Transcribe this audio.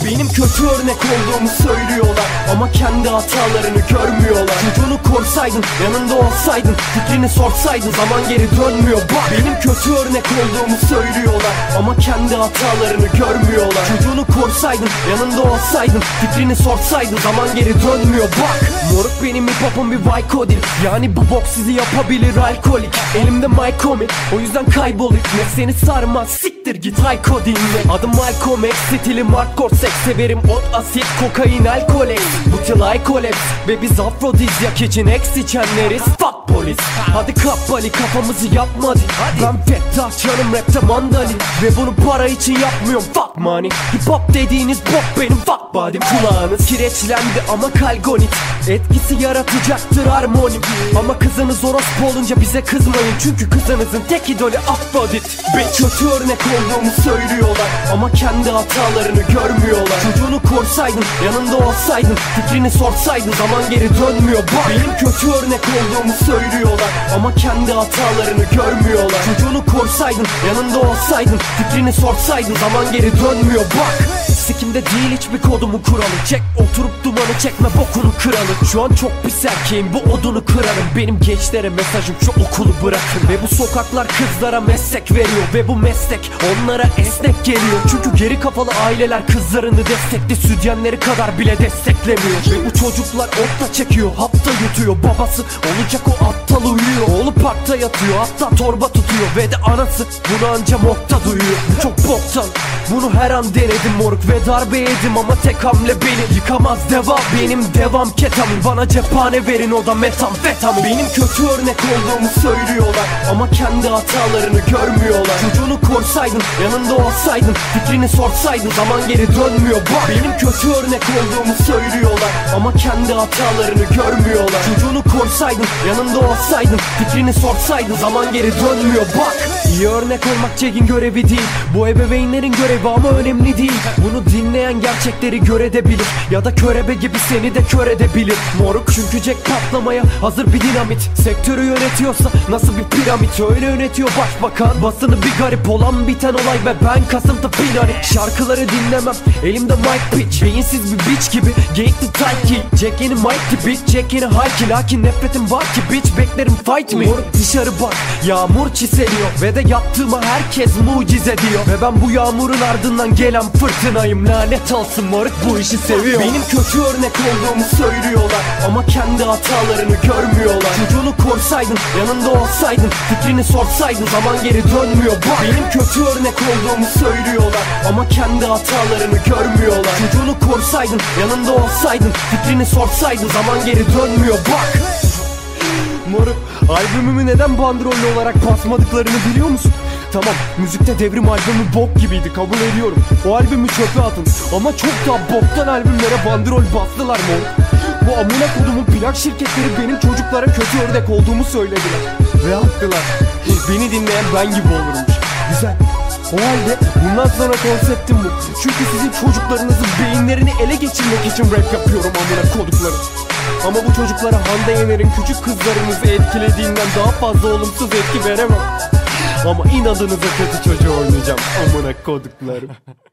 Benim kötü örnek olduğumu söylüyorlar ama kendi hatalarını görmüyorlar. Çocuğunu korsaydın, yanında olsaydın, fikrini sorsaydın, zaman geri dönmüyor bak. Benim kötü örnek olduğumu söylüyorlar ama kendi hatalarını görmüyorlar. Çocuğunu korsaydın, yanında olsaydın, fikrini sorsaydın, zaman geri dönmüyor bak. Moruk benim hip hop'um bir Vycodil, yani bu bok sizi yapabilir alkolik. Elimde Mycomic, o yüzden kaybolayım. Ne seni sarmaz, siktir git Hayko dinle. Adım Malcolm X, stilim hardcore, seks severim, ot, asit, kokain, alkol. Bu till I collapse ve biz afrodizyak için ex içenleriz. Fuck polis, hadi kappali, kafamızı yapma hadi. Ben fetta canım, rapte mandalin ve bunu para için yapmıyorum, fuck money. Hip hop dediğiniz bok benim fuck body'm. Kulağınız kireçlendi ama kalgonit, etkisi yaratacaktır harmoni. Ama kızınız orospu olunca bize kızmayın, çünkü kızınızın tek idolü Afrodit. Ben kötü örnek olduğumu söylüyorlar ama kendi hatalarını görmüyorlar. Çocuğunu korsaydın, yanında olsaydın, fikrini sorsaydın, zaman geri dönmüyor bak. Benim kötü örnek olduğumu söylüyorlar ama kendi hatalarını görmüyorlar. Çocuğunu korsaydın, yanında olsaydın, fikrini sorsaydın, zaman geri dönmüyor bak. Sikimde değil hiçbir kodumu kuralı, çek oturup dumanı çekme bokunu kralı. Şu an çok pis erkeğim, bu odunu kırarım. Benim gençlere mesajım şu okulu bırakın. Ve bu sokaklar kızlara meslek veriyor ve bu meslek onlara esnek geliyor. Çünkü geri kafalı aileler kızlarını destekli sütyenleri kadar bile desteklemiyor. Ve bu çocuklar otla çekiyor, hapta yutuyor. Babası olacak o aptal uyuyor. Oğlu parkta yatıyor, hatta torba tutuyor ve de anası bunu anca mokta duyuyor. Bu çok boktan, bunu her an denedim moruk ve darbe yedim ama tek hamle beni yıkamaz. Devam benim devam ketamin, bana cephane verin, o da metamfetamin. Benim kötü örnek olduğumu söylüyorlar ama kendi hatalarını görmüyorlar. Çocuğunu korsaydın, yanında olsaydın, fikrini sorsaydın, zaman geri dönmüyor bak. Benim kötü örnek olduğumu söylüyorlar ama kendi hatalarını görmüyorlar. Çocuğunu korsaydın, yanında olsaydın, fikrini sorsaydın, zaman geri dönmüyor bak. İyi örnek olmak Jack'in görevi değil, bu ebeveynlerin görevi ama önemli değil. Bunu dinleyen gerçekleri görebilir ya da körebe gibi seni de kör edebilir moruk. Çünkü Jack patlamaya hazır bir dinamit. Sektörü yönetiyorsa nasıl bir piramit, öyle yönetiyor başbakan. Basını bir garip, olan biten olay ve ben kasıntı pinari. Şarkıları dinlemem, elimde mic pitch, beyinsiz bir bitch gibi geyikli tight kill. Jack yeni mic tipi, Jack yeni high kill, lakin nefretim var ki bitch, beklerim fight me. Moruk dışarı bak, yağmur çiseliyor ve de yaptığıma herkes mucize diyor. Ve ben bu yağmurun ardından gelen fırtınayım, lanet olsun moruk bu işi seviyor. Benim kötü örnek olduğumu söylüyorlar ama kendi hatalarını görmüyorlar. Çocuğunu korsaydın, yanında olsaydın, fikrini sorsaydın, zaman geri dönmüyor bak. Benim kötü örnek olduğumu söylüyorlar ama kendi hatalarını görmüyorlar. Çocuğunu korsaydın, yanında olsaydın, fikrini sorsaydın, zaman geri dönmüyor bak. Moruk, albümümü neden bandrollü olarak basmadıklarını biliyor musun? Tamam, müzikte devrim albümü bok gibiydi, kabul ediyorum. O albümü çöpe atın ama çok daha boktan albümlere bandrol bastılar moruk. Bu amına kodumun plak şirketleri benim çocuklara kötü örnek olduğumu söylediler. Ve haklılar. Beni dinleyen ben gibi olurmuş. Güzel. O halde bundan sonra konseptim bu. Çünkü sizin çocuklarınızın beyinlerini ele geçirmek için rap yapıyorum amına koduklarım. Ama bu çocuklara Hande Yener'in küçük kızlarınızı etkilediğinden daha fazla olumsuz etki veremem. Ama inadınıza kötü çocuğu oynayacağım amına koduklarım.